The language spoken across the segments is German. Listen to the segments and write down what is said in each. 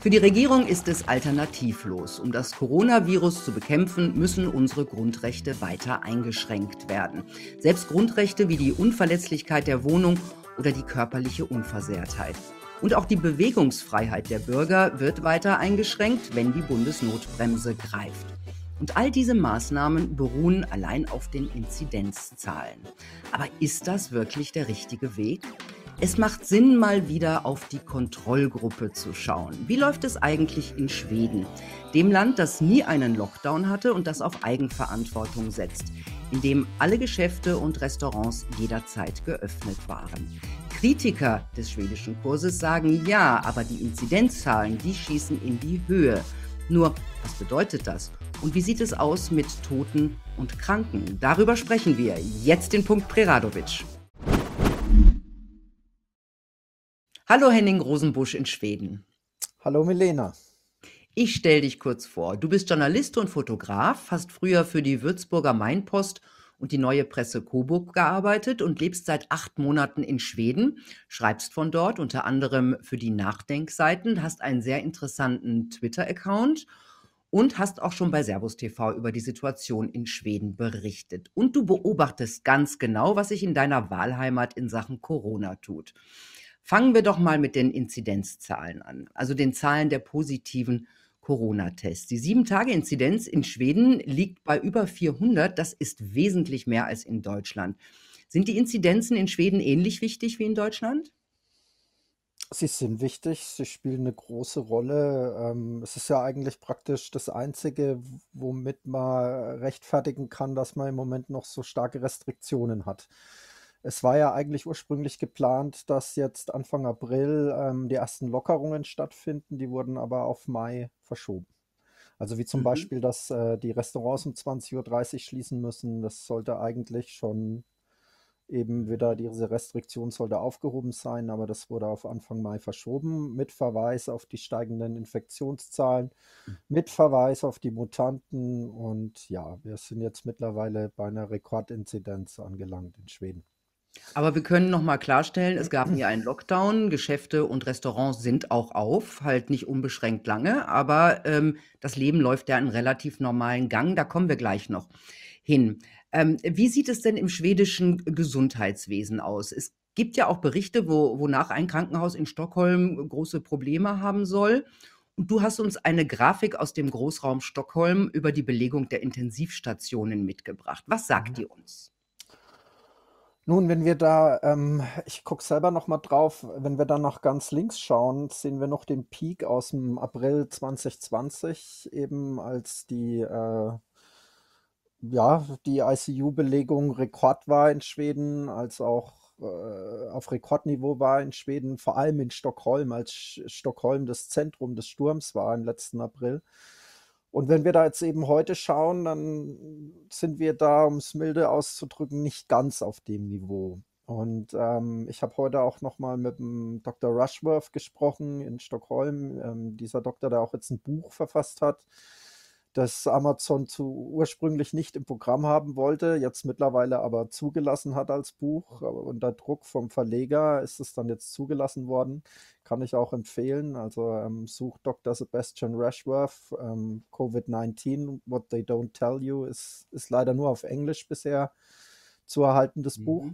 Für die Regierung ist es alternativlos. Um das Coronavirus zu bekämpfen, müssen unsere Grundrechte weiter eingeschränkt werden. Selbst Grundrechte wie die Unverletzlichkeit der Wohnung oder die körperliche Unversehrtheit. Und auch die Bewegungsfreiheit der Bürger wird weiter eingeschränkt, wenn die Bundesnotbremse greift. Und all diese Maßnahmen beruhen allein auf den Inzidenzzahlen. Aber ist das wirklich der richtige Weg? Es macht Sinn, mal wieder auf die Kontrollgruppe zu schauen. Wie läuft es eigentlich in Schweden, dem Land, das nie einen Lockdown hatte und das auf Eigenverantwortung setzt, in dem alle Geschäfte und Restaurants jederzeit geöffnet waren? Kritiker des schwedischen Kurses sagen ja, aber die Inzidenzzahlen, die schießen in die Höhe. Nur, was bedeutet das? Und wie sieht es aus mit Toten und Kranken? Darüber sprechen wir. Jetzt den Punkt Preradovic. Hallo Henning Rosenbusch in Schweden. Hallo Milena. Ich stelle dich kurz vor. Du bist Journalist und Fotograf, hast früher für die Würzburger Mainpost und die Neue Presse Coburg gearbeitet und lebst seit 8 Monaten in Schweden, schreibst von dort unter anderem für die Nachdenkseiten, hast einen sehr interessanten Twitter-Account und hast auch schon bei Servus TV über die Situation in Schweden berichtet. Und du beobachtest ganz genau, was sich in deiner Wahlheimat in Sachen Corona tut. Fangen wir doch mal mit den Inzidenzzahlen an, also den Zahlen der positiven Corona-Tests. Die 7-Tage-Inzidenz in Schweden liegt bei über 400. Das ist wesentlich mehr als in Deutschland. Sind die Inzidenzen in Schweden ähnlich wichtig wie in Deutschland? Sie sind wichtig, sie spielen eine große Rolle. Es ist ja eigentlich praktisch das Einzige, womit man rechtfertigen kann, dass man im Moment noch so starke Restriktionen hat. Es war ja eigentlich ursprünglich geplant, dass jetzt Anfang April die ersten Lockerungen stattfinden, die wurden aber auf Mai verschoben. Also wie zum Mhm. Beispiel, dass die Restaurants um 20:30 Uhr schließen müssen, das sollte eigentlich schon eben wieder, diese Restriktion sollte aufgehoben sein, aber das wurde auf Anfang Mai verschoben, mit Verweis auf die steigenden Infektionszahlen, mit Verweis auf die Mutanten. Und ja, wir sind jetzt mittlerweile bei einer Rekordinzidenz angelangt in Schweden. Aber wir können noch mal klarstellen, es gab nie einen Lockdown. Geschäfte und Restaurants sind auch auf, halt nicht unbeschränkt lange, aber das Leben läuft ja in relativ normalen Gang. Da kommen wir gleich noch hin. Wie sieht es denn im schwedischen Gesundheitswesen aus? Es gibt ja auch Berichte, wonach ein Krankenhaus in Stockholm große Probleme haben soll. Und du hast uns eine Grafik aus dem Großraum Stockholm über die Belegung der Intensivstationen mitgebracht. Was sagt Mhm. die uns? Nun, wenn wir da, ich gucke selber noch mal drauf, wenn wir dann nach ganz links schauen, sehen wir noch den Peak aus dem April 2020, eben als die ICU-Belegung Rekord war in Schweden, als auch auf Rekordniveau war in Schweden, vor allem in Stockholm, als Stockholm das Zentrum des Sturms war im letzten April. Und wenn wir da jetzt eben heute schauen, dann sind wir da, um es milde auszudrücken, nicht ganz auf dem Niveau. Und ich habe heute auch noch mal mit dem Dr. Rushworth gesprochen in Stockholm, dieser Doktor, der auch jetzt ein Buch verfasst hat, das Amazon ursprünglich nicht im Programm haben wollte, jetzt mittlerweile aber zugelassen hat als Buch. Aber unter Druck vom Verleger ist es dann jetzt zugelassen worden. Kann ich auch empfehlen. Also sucht Dr. Sebastian Rushworth. Covid-19, What They Don't Tell You, ist leider nur auf Englisch bisher zu erhalten, das Buch. Mhm.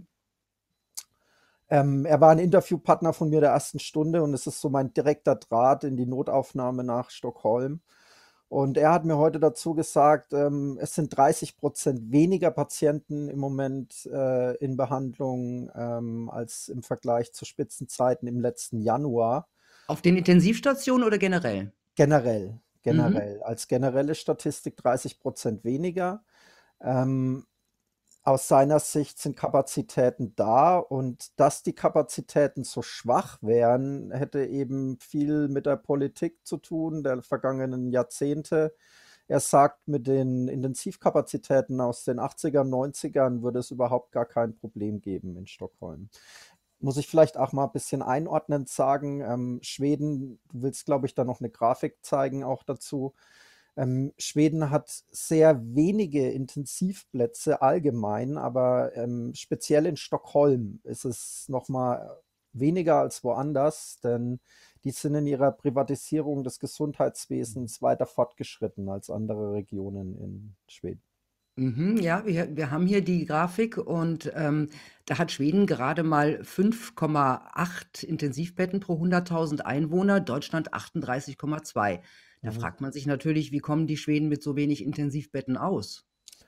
Er war ein Interviewpartner von mir der ersten Stunde und es ist so mein direkter Draht in die Notaufnahme nach Stockholm. Und er hat mir heute dazu gesagt, es sind 30% weniger Patienten im Moment in Behandlung als im Vergleich zu Spitzenzeiten im letzten Januar. Auf den Intensivstationen oder generell? Generell, Mhm. generell. Als generelle Statistik 30% weniger. Ähm, Aus seiner Sicht sind Kapazitäten da und dass die Kapazitäten so schwach wären, hätte eben viel mit der Politik zu tun der vergangenen Jahrzehnte. Er sagt, mit den Intensivkapazitäten aus den 80ern, 90ern würde es überhaupt gar kein Problem geben in Stockholm. Muss ich vielleicht auch mal ein bisschen einordnend sagen, Schweden, du willst, glaube ich, da noch eine Grafik zeigen auch dazu. Schweden hat sehr wenige Intensivplätze allgemein, aber speziell in Stockholm ist es noch mal weniger als woanders, denn die sind in ihrer Privatisierung des Gesundheitswesens weiter fortgeschritten als andere Regionen in Schweden. Ja, wir haben hier die Grafik und da hat Schweden gerade mal 5,8 Intensivbetten pro 100.000 Einwohner, Deutschland 38,2. Da Mhm. fragt man sich natürlich, wie kommen die Schweden mit so wenig Intensivbetten aus?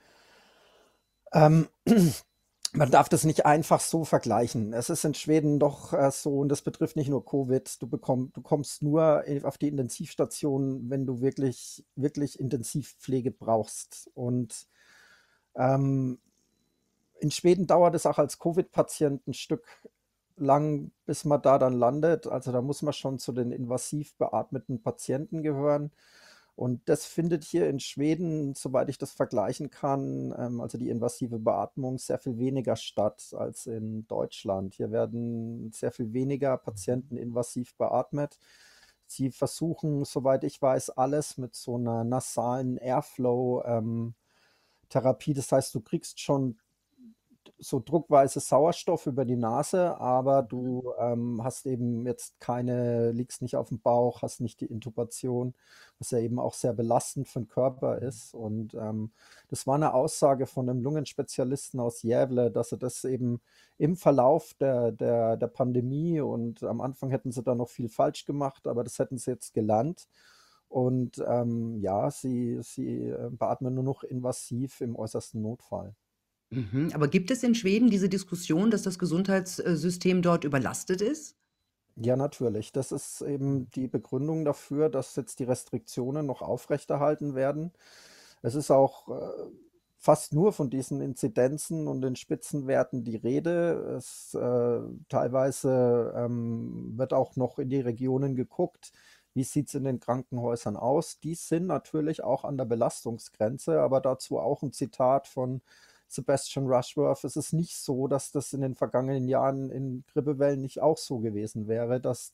Ähm, Man darf das nicht einfach so vergleichen. Es ist in Schweden doch so, und das betrifft nicht nur Covid, du kommst nur auf die Intensivstation, wenn du wirklich, wirklich Intensivpflege brauchst. Und ähm, in Schweden dauert es auch als Covid-Patient ein Stück lang, bis man da dann landet. Also da muss man schon zu den invasiv beatmeten Patienten gehören. Und das findet hier in Schweden, soweit ich das vergleichen kann, also die invasive Beatmung, sehr viel weniger statt als in Deutschland. Hier werden sehr viel weniger Patienten invasiv beatmet. Sie versuchen, soweit ich weiß, alles mit so einer nasalen Airflow-Therapie. Das heißt, du kriegst schon so druckweise Sauerstoff über die Nase, aber du hast eben jetzt liegst nicht auf dem Bauch, hast nicht die Intubation, was ja eben auch sehr belastend für den Körper ist. Und das war eine Aussage von einem Lungenspezialisten aus Gävle, dass sie das eben im Verlauf der Pandemie, und am Anfang hätten sie da noch viel falsch gemacht, aber das hätten sie jetzt gelernt. Und ja, sie beatmen nur noch invasiv im äußersten Notfall. Aber gibt es in Schweden diese Diskussion, dass das Gesundheitssystem dort überlastet ist? Ja, natürlich. Das ist eben die Begründung dafür, dass jetzt die Restriktionen noch aufrechterhalten werden. Es ist auch fast nur von diesen Inzidenzen und den Spitzenwerten die Rede. Teilweise wird auch noch in die Regionen geguckt, wie sieht es in den Krankenhäusern aus. Die sind natürlich auch an der Belastungsgrenze, aber dazu auch ein Zitat von Sebastian Rushworth. Es ist nicht so, dass das in den vergangenen Jahren in Grippewellen nicht auch so gewesen wäre, dass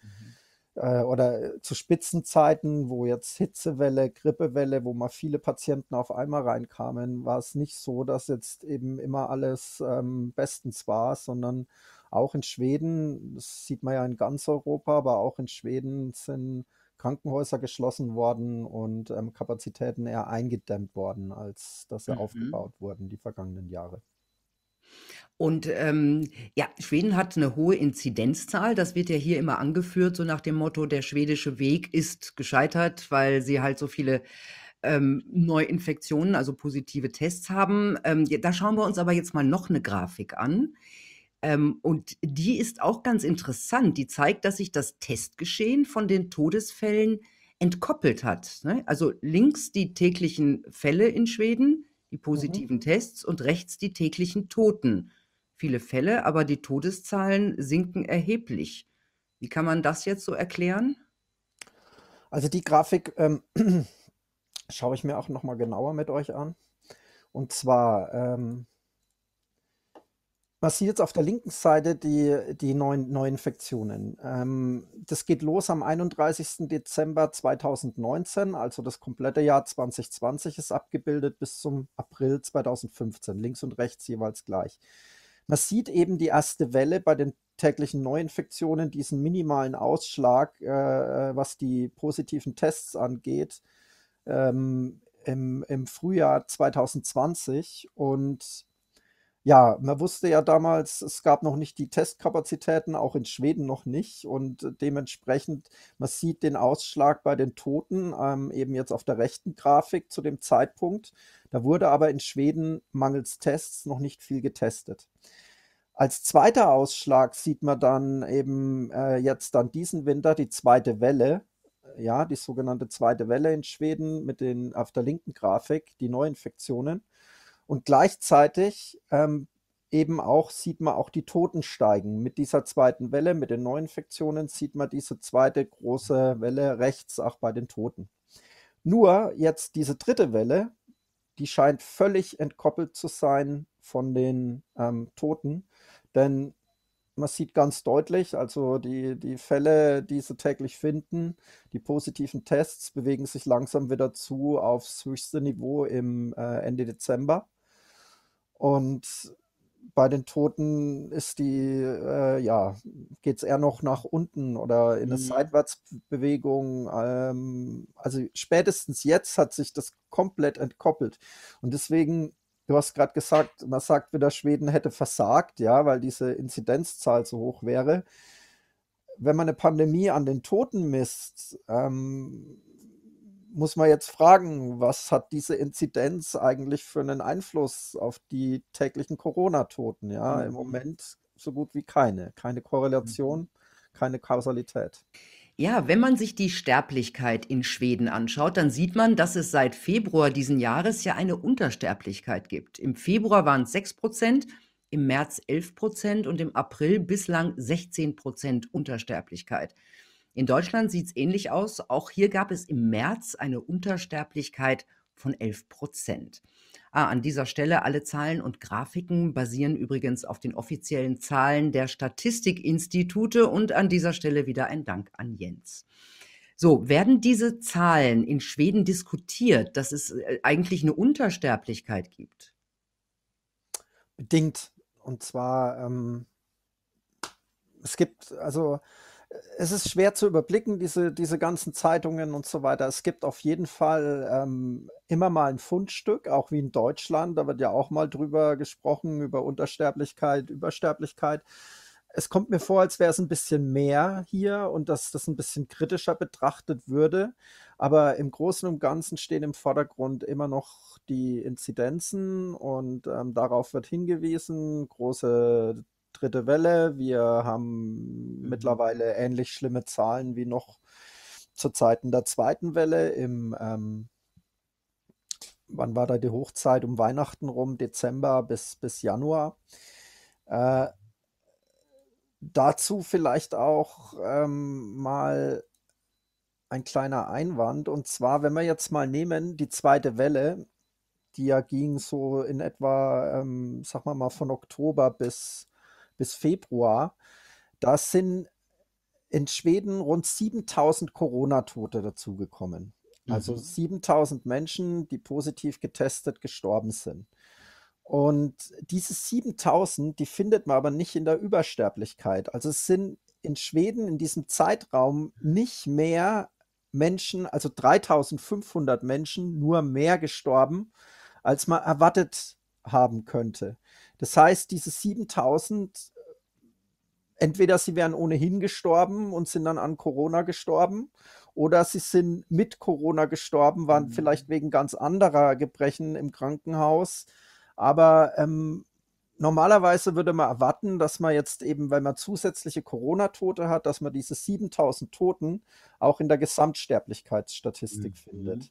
zu Spitzenzeiten, wo jetzt Hitzewelle, Grippewelle, wo mal viele Patienten auf einmal reinkamen, war es nicht so, dass jetzt eben immer alles bestens war, sondern auch in Schweden, das sieht man ja in ganz Europa, aber auch in Schweden sind Krankenhäuser geschlossen worden und Kapazitäten eher eingedämmt worden, als dass sie Mhm. aufgebaut wurden die vergangenen Jahre. Und ja, Schweden hat eine hohe Inzidenzzahl. Das wird ja hier immer angeführt, so nach dem Motto, der schwedische Weg ist gescheitert, weil sie halt so viele Neuinfektionen, also positive Tests haben. Ja, da schauen wir uns aber jetzt mal noch eine Grafik an. Und die ist auch ganz interessant. Die zeigt, dass sich das Testgeschehen von den Todesfällen entkoppelt hat. Ne? Also links die täglichen Fälle in Schweden, die Mhm. positiven Tests, und rechts die täglichen Toten. Viele Fälle, aber die Todeszahlen sinken erheblich. Wie kann man das jetzt so erklären? Also die Grafik schaue ich mir auch noch mal genauer mit euch an. Und zwar man sieht jetzt auf der linken Seite die neuen Neuinfektionen. Das geht los am 31. Dezember 2019, also das komplette Jahr 2020 ist abgebildet bis zum April 2015, links und rechts jeweils gleich. Man sieht eben die erste Welle bei den täglichen Neuinfektionen, diesen minimalen Ausschlag, was die positiven Tests angeht, im Frühjahr 2020. Und ja, man wusste ja damals, es gab noch nicht die Testkapazitäten, auch in Schweden noch nicht. Und dementsprechend, man sieht den Ausschlag bei den Toten eben jetzt auf der rechten Grafik zu dem Zeitpunkt. Da wurde aber in Schweden mangels Tests noch nicht viel getestet. Als zweiter Ausschlag sieht man dann eben jetzt dann diesen Winter die zweite Welle, ja, die sogenannte zweite Welle in Schweden mit den auf der linken Grafik, die Neuinfektionen. Und gleichzeitig eben auch sieht man auch die Toten steigen. Mit dieser zweiten Welle, mit den Neuinfektionen, sieht man diese zweite große Welle rechts auch bei den Toten. Nur jetzt diese dritte Welle, die scheint völlig entkoppelt zu sein von den Toten, denn man sieht ganz deutlich, also die Fälle, die sie täglich finden, die positiven Tests bewegen sich langsam wieder aufs höchste Niveau im Ende Dezember. Und bei den Toten ist ja, geht es eher noch nach unten oder in eine Mhm. Seitwärtsbewegung. Also spätestens jetzt hat sich das komplett entkoppelt. Und deswegen, du hast gerade gesagt, man sagt wieder, Schweden hätte versagt, ja, weil diese Inzidenzzahl so hoch wäre. Wenn man eine Pandemie an den Toten misst, muss man jetzt fragen, was hat diese Inzidenz eigentlich für einen Einfluss auf die täglichen Corona-Toten? Ja, im Mhm. Moment so gut wie keine. Keine Mhm. Korrelation, keine Kausalität. Ja, wenn man sich die Sterblichkeit in Schweden anschaut, dann sieht man, dass es seit Februar diesen Jahres ja eine Untersterblichkeit gibt. Im Februar waren es 6%, im März 11% und im April bislang 16% Untersterblichkeit. In Deutschland sieht es ähnlich aus. Auch hier gab es im März eine Untersterblichkeit von 11%. An dieser Stelle, alle Zahlen und Grafiken basieren übrigens auf den offiziellen Zahlen der Statistikinstitute und an dieser Stelle wieder ein Dank an Jens. So, werden diese Zahlen in Schweden diskutiert, dass es eigentlich eine Untersterblichkeit gibt? Bedingt. Und zwar, es gibt, also es ist schwer zu überblicken, diese ganzen Zeitungen und so weiter. Es gibt auf jeden Fall immer mal ein Fundstück, auch wie in Deutschland. Da wird ja auch mal drüber gesprochen, über Untersterblichkeit, Übersterblichkeit. Es kommt mir vor, als wäre es ein bisschen mehr hier und dass das ein bisschen kritischer betrachtet würde. Aber im Großen und Ganzen stehen im Vordergrund immer noch die Inzidenzen und darauf wird hingewiesen. Große dritte Welle. Wir haben Mhm. mittlerweile ähnlich schlimme Zahlen wie noch zu Zeiten der zweiten Welle. Wann war da die Hochzeit? Um Weihnachten rum, Dezember bis Januar. Äh, Dazu vielleicht auch mal ein kleiner Einwand. Und zwar, wenn wir jetzt mal nehmen, die zweite Welle, die ja ging so in etwa, sagen wir mal, von Oktober bis Februar. Da sind in Schweden rund 7.000 Corona-Tote dazugekommen. Also Mhm. 7.000 Menschen, die positiv getestet gestorben sind. Und diese 7.000, die findet man aber nicht in der Übersterblichkeit. Also es sind in Schweden in diesem Zeitraum nicht mehr Menschen, also 3.500 Menschen, nur mehr gestorben, als man erwartet haben könnte. Das heißt, diese 7.000, entweder sie wären ohnehin gestorben und sind dann an Corona gestorben, oder sie sind mit Corona gestorben, waren Mhm. vielleicht wegen ganz anderer Gebrechen im Krankenhaus. Aber normalerweise würde man erwarten, dass man jetzt eben, weil man zusätzliche Corona-Tote hat, dass man diese 7.000 Toten auch in der Gesamtsterblichkeitsstatistik Mhm. findet.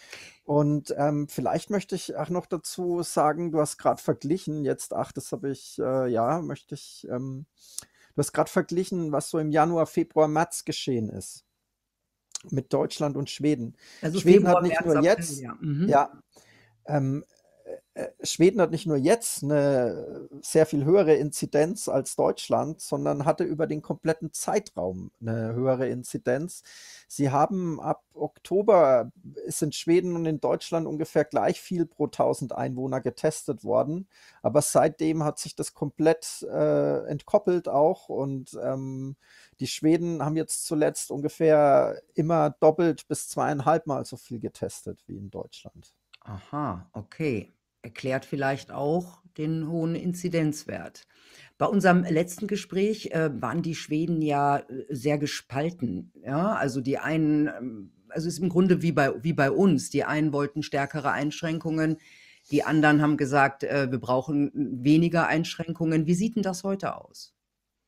Und vielleicht möchte ich auch noch dazu sagen, du hast gerade verglichen, jetzt, ach, das habe ich, ja, möchte ich, du hast gerade verglichen, was so im Januar, Februar, März geschehen ist mit Deutschland und Schweden. Also Schweden hat Februar, nicht März, nur April, jetzt, ja. Mhm. ja, ähm, Schweden hat nicht nur jetzt eine sehr viel höhere Inzidenz als Deutschland, sondern hatte über den kompletten Zeitraum eine höhere Inzidenz. Sie haben ab Oktober ist in Schweden und in Deutschland ungefähr gleich viel pro 1.000 Einwohner getestet worden. Aber seitdem hat sich das komplett entkoppelt auch und die Schweden haben jetzt zuletzt ungefähr immer doppelt bis zweieinhalb Mal so viel getestet wie in Deutschland. Aha, okay. Erklärt vielleicht auch den hohen Inzidenzwert. Bei unserem letzten Gespräch, waren die Schweden ja, sehr gespalten, ja? Also, die einen, also, es ist im Grunde wie bei uns. Die einen wollten stärkere Einschränkungen, die anderen haben gesagt, wir brauchen weniger Einschränkungen. Wie sieht denn das heute aus?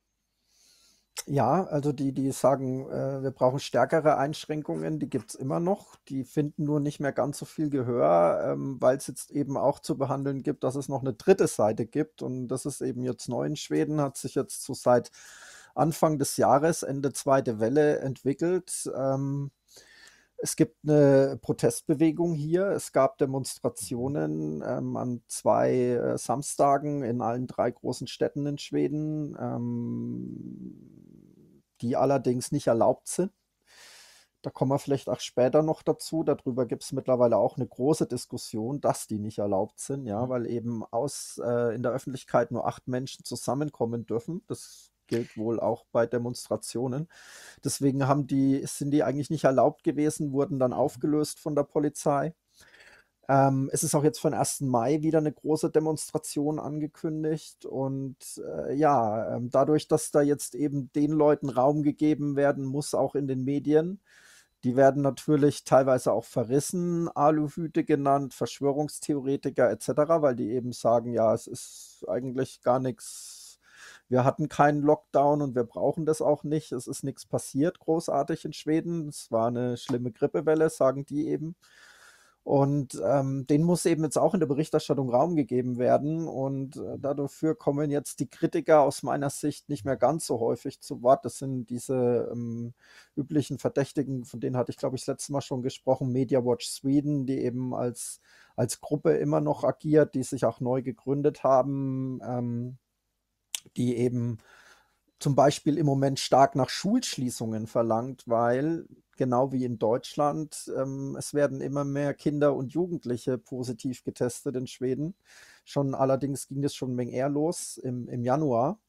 Ja, also die sagen, wir brauchen stärkere Einschränkungen, die gibt's immer noch. Die finden nur nicht mehr ganz so viel Gehör, weil es jetzt eben auch zu behandeln gibt, dass es noch eine dritte Seite gibt. Und das ist eben jetzt neu in Schweden, hat sich jetzt so seit Anfang des Jahres, Ende zweite Welle entwickelt. Es gibt eine Protestbewegung hier. Es gab Mhm. Demonstrationen an zwei Samstagen in allen drei großen Städten in Schweden, die allerdings nicht erlaubt sind. da kommen wir vielleicht auch später noch dazu. Darüber gibt es mittlerweile auch eine große Diskussion, dass die nicht erlaubt sind, ja, weil eben in der Öffentlichkeit nur 8 Menschen zusammenkommen dürfen. Das gilt wohl auch bei Demonstrationen. Deswegen sind die eigentlich nicht erlaubt gewesen, wurden dann aufgelöst von der Polizei. Es ist auch jetzt für den 1. Mai wieder eine große Demonstration angekündigt. Und dadurch, dass da jetzt eben den Leuten Raum gegeben werden muss, auch in den Medien, die werden natürlich teilweise auch verrissen, Aluhüte genannt, Verschwörungstheoretiker etc., weil die eben sagen, ja, es ist eigentlich gar nichts. Wir hatten keinen Lockdown und wir brauchen das auch nicht. Es ist nichts passiert großartig in Schweden. Es war eine schlimme Grippewelle, sagen die eben. Und denen muss eben jetzt auch in der Berichterstattung Raum gegeben werden. Und dafür kommen jetzt die Kritiker aus meiner Sicht nicht mehr ganz so häufig zu Wort. Das sind diese üblichen Verdächtigen, von denen hatte ich, glaube ich, das letzte Mal schon gesprochen, Media Watch Sweden, die eben als Gruppe immer noch agiert, die sich auch neu gegründet haben, die eben zum Beispiel im Moment stark nach Schulschließungen verlangt, weil genau wie in Deutschland, es werden immer mehr Kinder und Jugendliche positiv getestet in Schweden. Allerdings ging das schon eine Menge eher los im Januar.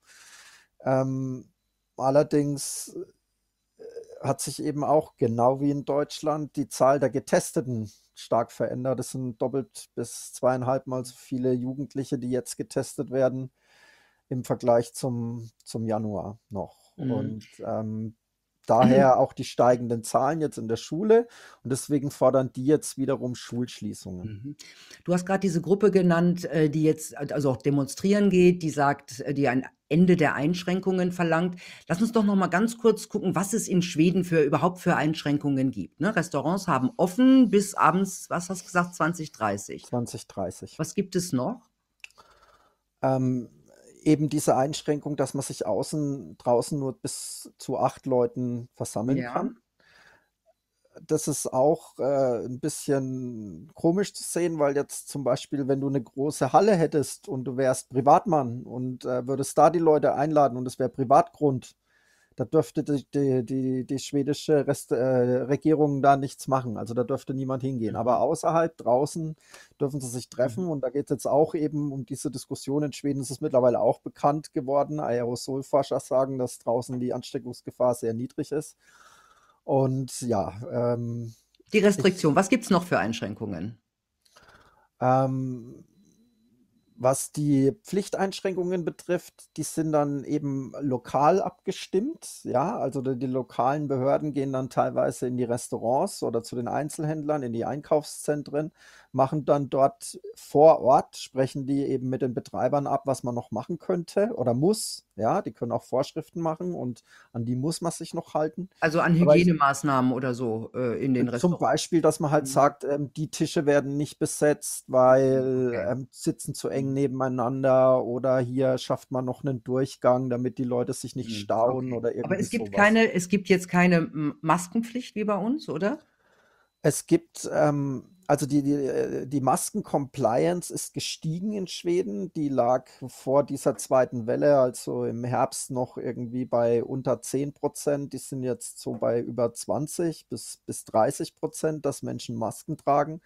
Allerdings hat sich eben auch genau wie in Deutschland die Zahl der Getesteten stark verändert. Es sind doppelt bis 2,5-mal so viele Jugendliche, die jetzt getestet werden im Vergleich zum Januar noch. Und daher auch die steigenden Zahlen jetzt in der Schule. Und deswegen fordern die jetzt wiederum Schulschließungen. Du hast gerade diese Gruppe genannt, die jetzt also auch demonstrieren geht, die sagt, die ein Ende der Einschränkungen verlangt. Lass uns doch noch mal ganz kurz gucken, was es in Schweden überhaupt für Einschränkungen gibt. Ne? Restaurants haben offen bis abends, was hast du gesagt, 20:30? 20:30. Was gibt es noch? Eben diese Einschränkung, dass man sich draußen nur bis zu 8 Leuten versammeln kann. Das ist auch ein bisschen komisch zu sehen, weil jetzt zum Beispiel, wenn du eine große Halle hättest und du wärst Privatmann und würdest da die Leute einladen und es wäre Privatgrund, da dürfte die schwedische Regierung da nichts machen. Also da dürfte niemand hingehen. Aber außerhalb, draußen, dürfen sie sich treffen. Und da geht es jetzt auch eben um diese Diskussion. In Schweden ist es mittlerweile auch bekannt geworden. Aerosolforscher sagen, dass draußen die Ansteckungsgefahr sehr niedrig ist. Und ja. Die Restriktion, was gibt es noch für Einschränkungen? Was die Pflichteinschränkungen betrifft, die sind dann eben lokal abgestimmt. Ja, also die lokalen Behörden gehen dann teilweise in die Restaurants oder zu den Einzelhändlern, in die Einkaufszentren, machen dann dort vor Ort, sprechen die eben mit den Betreibern ab, was man noch machen könnte oder muss. Ja, die können auch Vorschriften machen und an die muss man sich noch halten. Also an Hygienemaßnahmen oder so in den Restaurants? Zum Beispiel, dass man halt sagt, die Tische werden nicht besetzt, weil sitzen zu eng nebeneinander oder hier schafft man noch einen Durchgang, damit die Leute sich nicht stauen oder irgendwie Aber es gibt sowas. es gibt jetzt keine Maskenpflicht wie bei uns, oder? Es gibt, also die Masken-Compliance ist gestiegen in Schweden. Die lag vor dieser zweiten Welle, also im Herbst noch irgendwie bei unter 10%. Die sind jetzt so bei über 20 bis 30%, dass Menschen Masken tragen.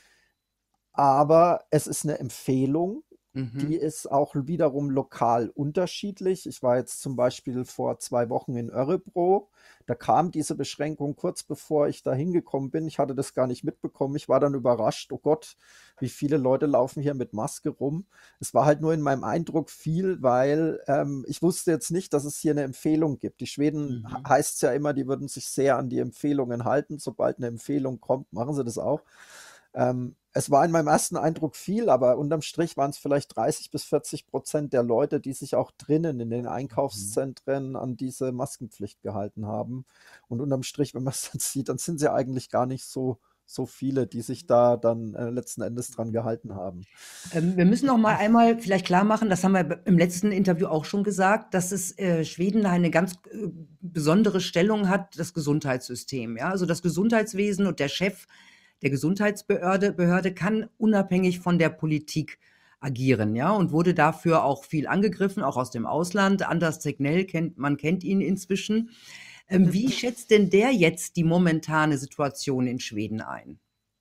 Aber es ist eine Empfehlung. Die ist auch wiederum lokal unterschiedlich. Ich war jetzt zum Beispiel vor 2 Wochen in Örebro. Da kam diese Beschränkung kurz bevor ich da hingekommen bin. Ich hatte das gar nicht mitbekommen. Ich war dann überrascht. Oh Gott, wie viele Leute laufen hier mit Maske rum. Es war halt nur in meinem Eindruck viel, weil ich wusste jetzt nicht, dass es hier eine Empfehlung gibt. Die Schweden heißt es ja immer, die würden sich sehr an die Empfehlungen halten. Sobald eine Empfehlung kommt, machen sie das auch. Es war in meinem ersten Eindruck viel, aber unterm Strich waren es vielleicht 30-40% der Leute, die sich auch drinnen in den Einkaufszentren an diese Maskenpflicht gehalten haben. Und unterm Strich, wenn man es dann sieht, dann sind sie eigentlich gar nicht so viele, die sich da dann letzten Endes dran gehalten haben. Wir müssen noch mal einmal vielleicht klar machen, das haben wir im letzten Interview auch schon gesagt, dass Schweden eine ganz besondere Stellung hat, das Gesundheitssystem. Ja? Also das Gesundheitswesen und der Chef der Gesundheitsbehörde kann unabhängig von der Politik agieren, ja, und wurde dafür auch viel angegriffen, auch aus dem Ausland. Anders Tegnell man kennt ihn inzwischen. Wie schätzt denn der jetzt die momentane Situation in Schweden ein?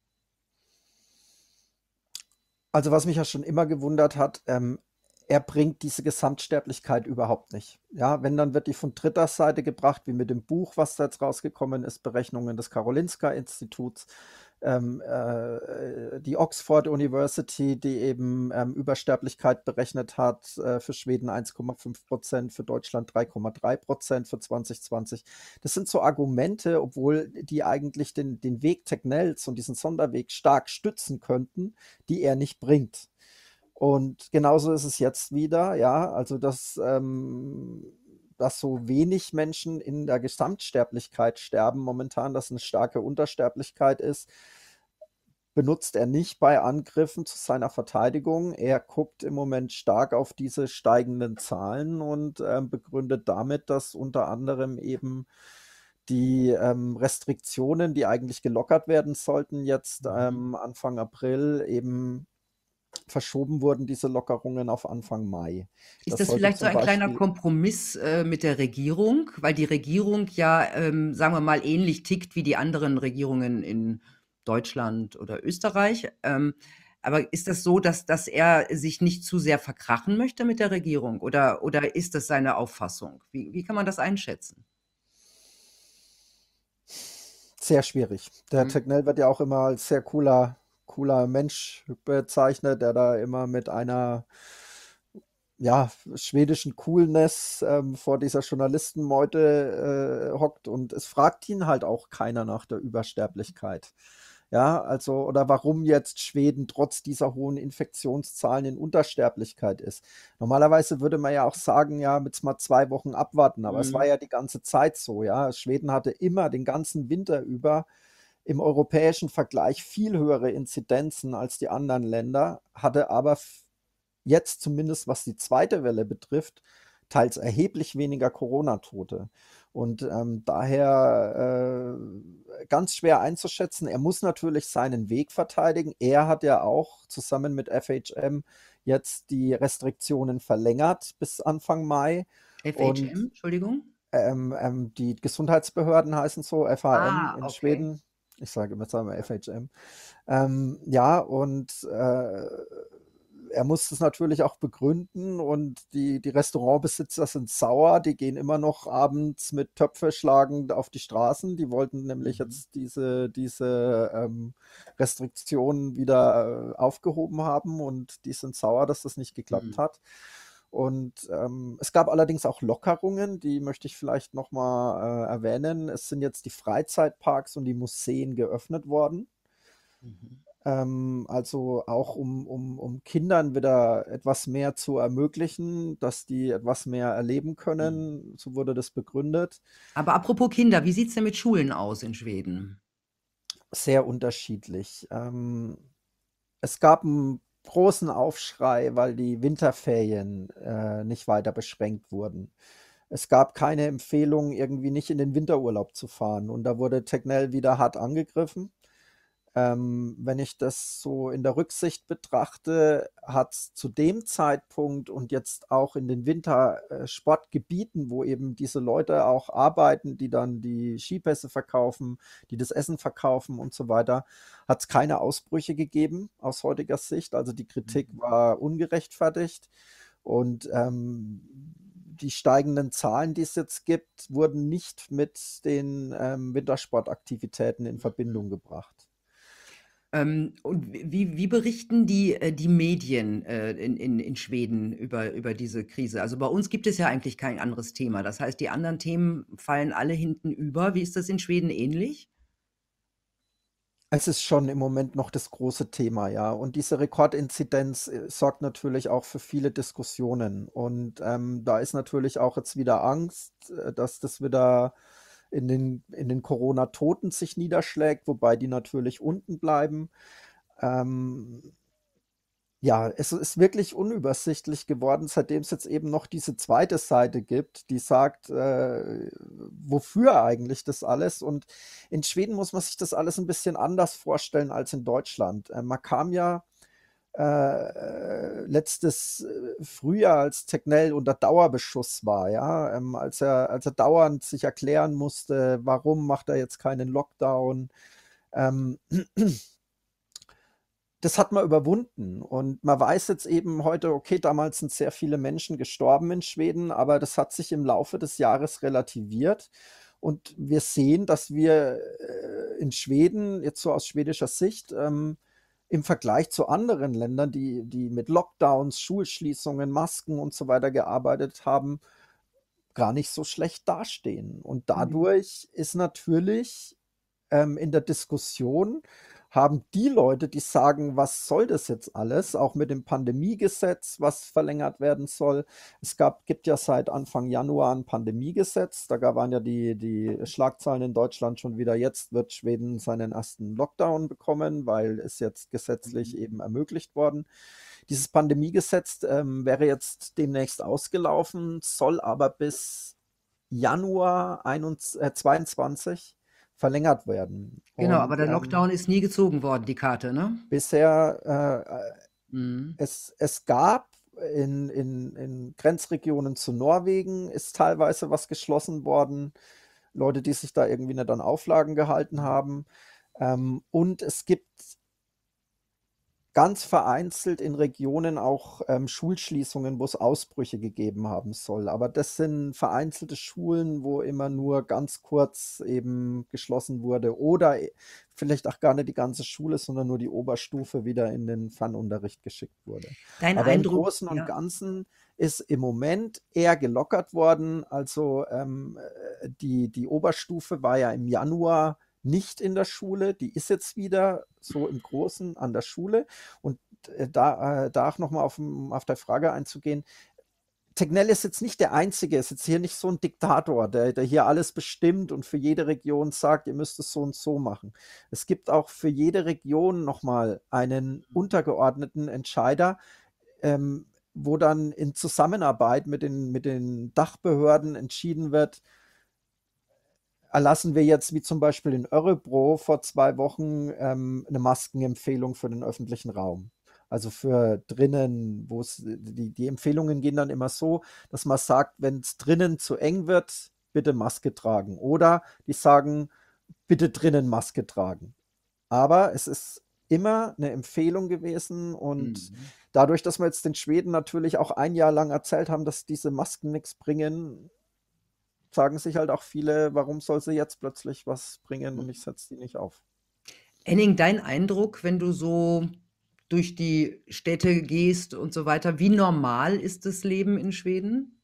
Also was mich ja schon immer gewundert hat, er bringt diese Gesamtsterblichkeit überhaupt nicht. Ja, wenn, dann wird die von dritter Seite gebracht, wie mit dem Buch, was da jetzt rausgekommen ist, Berechnungen des Karolinska-Instituts, die Oxford University, die eben Übersterblichkeit berechnet hat, für Schweden 1,5%, für Deutschland 3,3% für 2020. Das sind so Argumente, obwohl die eigentlich den Weg Tegnells und diesen Sonderweg stark stützen könnten, die er nicht bringt. Und genauso ist es jetzt wieder, ja, also dass so wenig Menschen in der Gesamtsterblichkeit sterben momentan, dass eine starke Untersterblichkeit ist, benutzt er nicht bei Angriffen zu seiner Verteidigung. Er guckt im Moment stark auf diese steigenden Zahlen und begründet damit, dass unter anderem eben die Restriktionen, die eigentlich gelockert werden sollten, jetzt Anfang April eben verschoben wurden, diese Lockerungen auf Anfang Mai. Ist Das das sollte vielleicht so zum ein kleiner Beispiel, Kompromiss mit der Regierung? Weil die Regierung ja, sagen wir mal, ähnlich tickt wie die anderen Regierungen in Deutschland oder Österreich. Aber ist das so, dass er sich nicht zu sehr verkrachen möchte mit der Regierung? Oder ist das seine Auffassung? Wie kann man das einschätzen? sehr schwierig. Der Hm. Tegnell wird ja auch immer als sehr cooler Mensch bezeichnet, der da immer mit einer ja, schwedischen Coolness vor dieser Journalistenmeute hockt, und es fragt ihn halt auch keiner nach der Übersterblichkeit. Ja, also, oder warum jetzt Schweden trotz dieser hohen Infektionszahlen in Untersterblichkeit ist. Normalerweise würde man ja auch sagen, ja, jetzt mal 2 Wochen abwarten, aber es war Mhm. ja die ganze Zeit so, ja. Schweden hatte immer den ganzen Winter über im europäischen Vergleich viel höhere Inzidenzen als die anderen Länder, hatte aber jetzt zumindest, was die zweite Welle betrifft, teils erheblich weniger Corona-Tote. Und daher ganz schwer einzuschätzen. Er muss natürlich seinen Weg verteidigen. Er hat ja auch zusammen mit FHM jetzt die Restriktionen verlängert bis Anfang Mai. Und FHM, Entschuldigung? die Gesundheitsbehörden heißen so, FHM Ah, in okay. Schweden. Ich sage immer, sagen wir FHM. Ja, und er muss es natürlich auch begründen, und die Restaurantbesitzer sind sauer, die gehen immer noch abends mit Töpfe schlagend auf die Straßen. Die wollten nämlich Mhm. jetzt diese Restriktionen wieder aufgehoben haben, und die sind sauer, dass das nicht geklappt Mhm. hat. Und es gab allerdings auch Lockerungen, die möchte ich vielleicht nochmal erwähnen. Es sind jetzt die Freizeitparks und die Museen geöffnet worden. Mhm. Also auch um Kindern wieder etwas mehr zu ermöglichen, dass die etwas mehr erleben Mhm. können. So wurde das begründet. Aber apropos Kinder, wie sieht es denn mit Schulen aus in Schweden? Sehr unterschiedlich. Es gab einen großen Aufschrei, weil die Winterferien nicht weiter beschränkt wurden. Es gab keine Empfehlung, irgendwie nicht in den Winterurlaub zu fahren. Und da wurde Tegnell wieder hart angegriffen. Wenn ich das so in der Rücksicht betrachte, hat es zu dem Zeitpunkt und jetzt auch in den Wintersportgebieten, wo eben diese Leute auch arbeiten, die dann die Skipässe verkaufen, die das Essen verkaufen und so weiter, hat es keine Ausbrüche gegeben aus heutiger Sicht. Also die Kritik Mhm. war ungerechtfertigt, und die steigenden Zahlen, die es jetzt gibt, wurden nicht mit den Wintersportaktivitäten in Verbindung gebracht. Und wie berichten die Medien in Schweden über diese Krise? Also bei uns gibt es ja eigentlich kein anderes Thema. Das heißt, die anderen Themen fallen alle hinten über. Wie ist das in Schweden ähnlich? Es ist schon im Moment noch das große Thema, ja. Und diese Rekordinzidenz sorgt natürlich auch für viele Diskussionen. Und da ist natürlich auch jetzt wieder Angst, dass das wieder in den Corona-Toten sich niederschlägt, wobei die natürlich unten bleiben. Ähm, ja, es ist wirklich unübersichtlich geworden, seitdem es jetzt eben noch diese zweite Seite gibt, die sagt, wofür eigentlich das alles. Und in Schweden muss man sich das alles ein bisschen anders vorstellen als in Deutschland. Man kam ja letztes Frühjahr, als Tegnell unter Dauerbeschuss war, ja, als er dauernd sich erklären musste, warum macht er jetzt keinen Lockdown. Ähm, Das hat man überwunden und man weiß jetzt eben heute, okay, damals sind sehr viele Menschen gestorben in Schweden, aber das hat sich im Laufe des Jahres relativiert und wir sehen, dass wir in Schweden, jetzt so aus schwedischer Sicht, im Vergleich zu anderen Ländern, die mit Lockdowns, Schulschließungen, Masken und so weiter gearbeitet haben, gar nicht so schlecht dastehen. Und Mhm. dadurch ist natürlich in der Diskussion haben die Leute, die sagen, was soll das jetzt alles, auch mit dem Pandemiegesetz, was verlängert werden soll. Gibt ja seit Anfang Januar ein Pandemiegesetz. Waren ja die Schlagzeilen in Deutschland schon wieder, jetzt wird Schweden seinen ersten Lockdown bekommen, weil es jetzt gesetzlich eben ermöglicht worden. Dieses Pandemiegesetz wäre jetzt demnächst ausgelaufen, soll aber bis Januar 22 verlängert werden. Genau, aber Und der Lockdown ist nie gezogen worden, die Karte, ne? bisher, Mhm. es gab in Grenzregionen zu Norwegen, ist teilweise was geschlossen worden. Leute, die sich da irgendwie nicht an Auflagen gehalten haben. Und es gibt ganz vereinzelt in Regionen auch Schulschließungen, wo es Ausbrüche gegeben haben soll. Aber das sind vereinzelte Schulen, wo immer nur ganz kurz eben geschlossen wurde oder vielleicht auch gar nicht die ganze Schule, sondern nur die Oberstufe wieder in den Fernunterricht geschickt wurde. Dein Aber im Eindruck, Großen und ja. Ganzen ist im Moment eher gelockert worden. Also die Oberstufe war ja im Januar nicht in der Schule, die ist jetzt wieder so im Großen an der Schule. Und da auch nochmal auf der Frage einzugehen, Tegnell ist jetzt nicht der Einzige, ist jetzt hier nicht so ein Diktator, der hier alles bestimmt und für jede Region sagt, ihr müsst es so und so machen. Es gibt auch für jede Region nochmal einen untergeordneten Entscheider, wo dann in Zusammenarbeit mit den Dachbehörden entschieden wird, erlassen wir jetzt, wie zum Beispiel in Örebro vor 2 Wochen, eine Maskenempfehlung für den öffentlichen Raum. Also für drinnen, die Empfehlungen gehen dann immer so, dass man sagt, wenn es drinnen zu eng wird, bitte Maske tragen. Oder die sagen, bitte drinnen Maske tragen. Aber es ist immer eine Empfehlung gewesen und Mhm. dadurch, dass wir jetzt den Schweden natürlich auch ein Jahr lang erzählt haben, dass diese Masken nichts bringen, sagen sich halt auch viele, warum soll sie jetzt plötzlich was bringen und ich setze die nicht auf. Henning, dein Eindruck, wenn du so durch die Städte gehst und so weiter, wie normal ist das Leben in Schweden?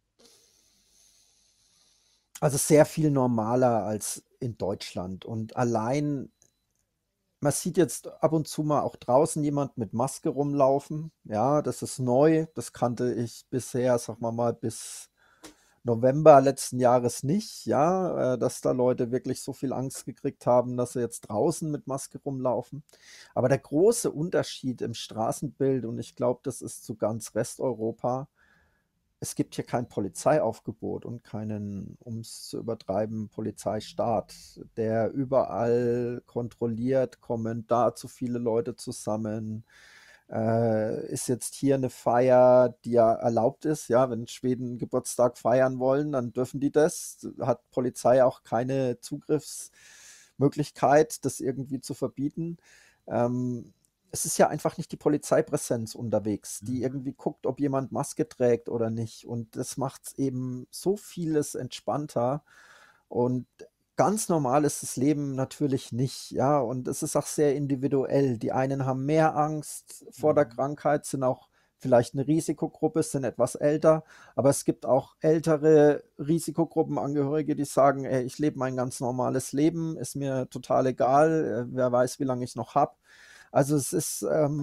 Also sehr viel normaler als in Deutschland. Und allein, man sieht jetzt ab und zu mal auch draußen jemand mit Maske rumlaufen. Ja, das ist neu. Das kannte ich bisher, sagen wir mal, bis November letzten Jahres nicht, ja, dass da Leute wirklich so viel Angst gekriegt haben, dass sie jetzt draußen mit Maske rumlaufen. Aber der große Unterschied im Straßenbild, und ich glaube, das ist zu ganz Westeuropa, es gibt hier kein Polizeiaufgebot und keinen, um es zu übertreiben, Polizeistaat, der überall kontrolliert, kommen da zu viele Leute zusammen. Ist jetzt hier eine Feier, die ja erlaubt ist, ja, wenn Schweden Geburtstag feiern wollen, dann dürfen die das. Hat Polizei auch keine Zugriffsmöglichkeit, das irgendwie zu verbieten. Es ist ja einfach nicht die Polizeipräsenz unterwegs, die Mhm. irgendwie guckt, ob jemand Maske trägt oder nicht. Und das macht eben so vieles entspannter. Und ganz normal ist das Leben natürlich nicht, ja. Und es ist auch sehr individuell. Die einen haben mehr Angst vor der Mhm. Krankheit, sind auch vielleicht eine Risikogruppe, sind etwas älter. Aber es gibt auch ältere Risikogruppenangehörige, die sagen, ey, ich lebe mein ganz normales Leben, ist mir total egal, wer weiß, wie lange ich noch habe. Also es ist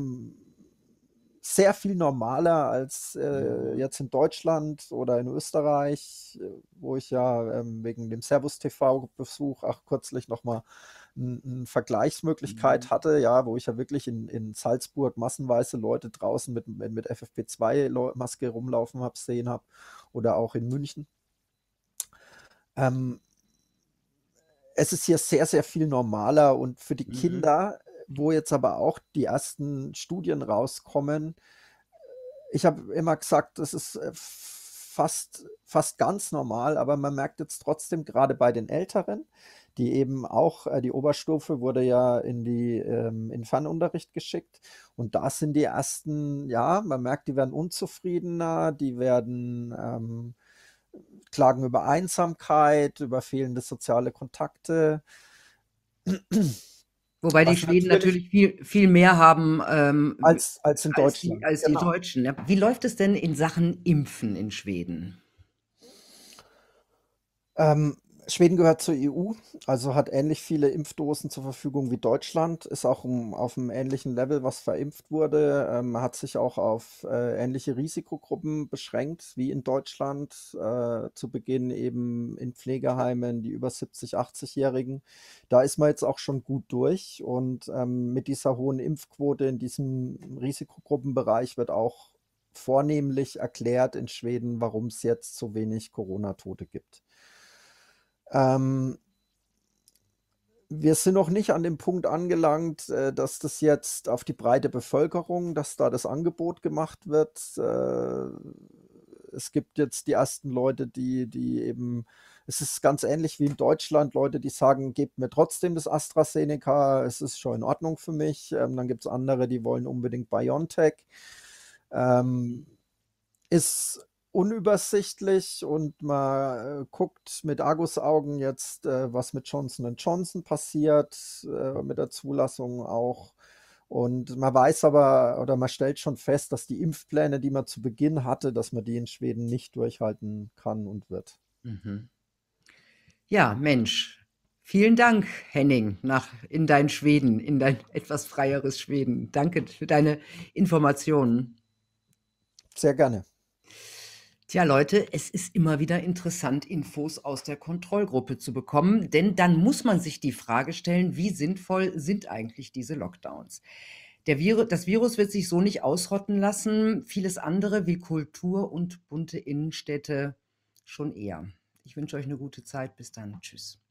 sehr viel normaler als Ja. jetzt in Deutschland oder in Österreich, wo ich ja wegen dem Servus TV-Besuch auch kürzlich nochmal eine Vergleichsmöglichkeit Mhm. hatte, ja, wo ich ja wirklich in Salzburg massenweise Leute draußen mit FFP2-Maske rumlaufen habe, sehen habe oder auch in München. Ähm, Es ist hier sehr, sehr viel normaler und für die Mhm. Kinder wo jetzt aber auch die ersten Studien rauskommen. Ich habe immer gesagt, das ist fast ganz normal, aber man merkt jetzt trotzdem gerade bei den Älteren, die eben auch, die Oberstufe wurde ja in Fernunterricht geschickt und da sind die ersten, ja, man merkt, die werden unzufriedener, die werden klagen über Einsamkeit, über fehlende soziale Kontakte. Wobei die Was Schweden natürlich natürlich viel mehr haben als in Deutschland. als die Genau. Deutschen. Ne? Wie läuft es denn in Sachen Impfen in Schweden? Ähm, Schweden gehört zur EU, also hat ähnlich viele Impfdosen zur Verfügung wie Deutschland, ist auch auf einem ähnlichen Level, was verimpft wurde, hat sich auch auf ähnliche Risikogruppen beschränkt wie in Deutschland, zu Beginn eben in Pflegeheimen, die über 70, 80-Jährigen. Da ist man jetzt auch schon gut durch und mit dieser hohen Impfquote in diesem Risikogruppenbereich wird auch vornehmlich erklärt in Schweden, warum es jetzt so wenig Corona-Tote gibt. Ähm, Wir sind noch nicht an dem Punkt angelangt, dass das jetzt auf die breite Bevölkerung, dass da das Angebot gemacht wird. Es gibt jetzt die ersten Leute, die eben, es ist ganz ähnlich wie in Deutschland, Leute, die sagen, gebt mir trotzdem das AstraZeneca, es ist schon in Ordnung für mich. Dann gibt es andere, die wollen unbedingt BioNTech. Ähm, Ist unübersichtlich und man guckt mit Argusaugen jetzt, was mit Johnson Johnson passiert, mit der Zulassung auch. Und man weiß aber oder man stellt schon fest, dass die Impfpläne, die man zu Beginn hatte, dass man die in Schweden nicht durchhalten kann und wird. Mhm. Ja, Mensch, vielen Dank, Henning, in dein Schweden, in dein etwas freieres Schweden. Danke für deine Informationen. Sehr gerne. Tja, Leute, es ist immer wieder interessant, Infos aus der Kontrollgruppe zu bekommen, denn dann muss man sich die Frage stellen, wie sinnvoll sind eigentlich diese Lockdowns? Das Virus wird sich so nicht ausrotten lassen, vieles andere wie Kultur und bunte Innenstädte schon eher. Ich wünsche euch eine gute Zeit. Bis dann. Tschüss.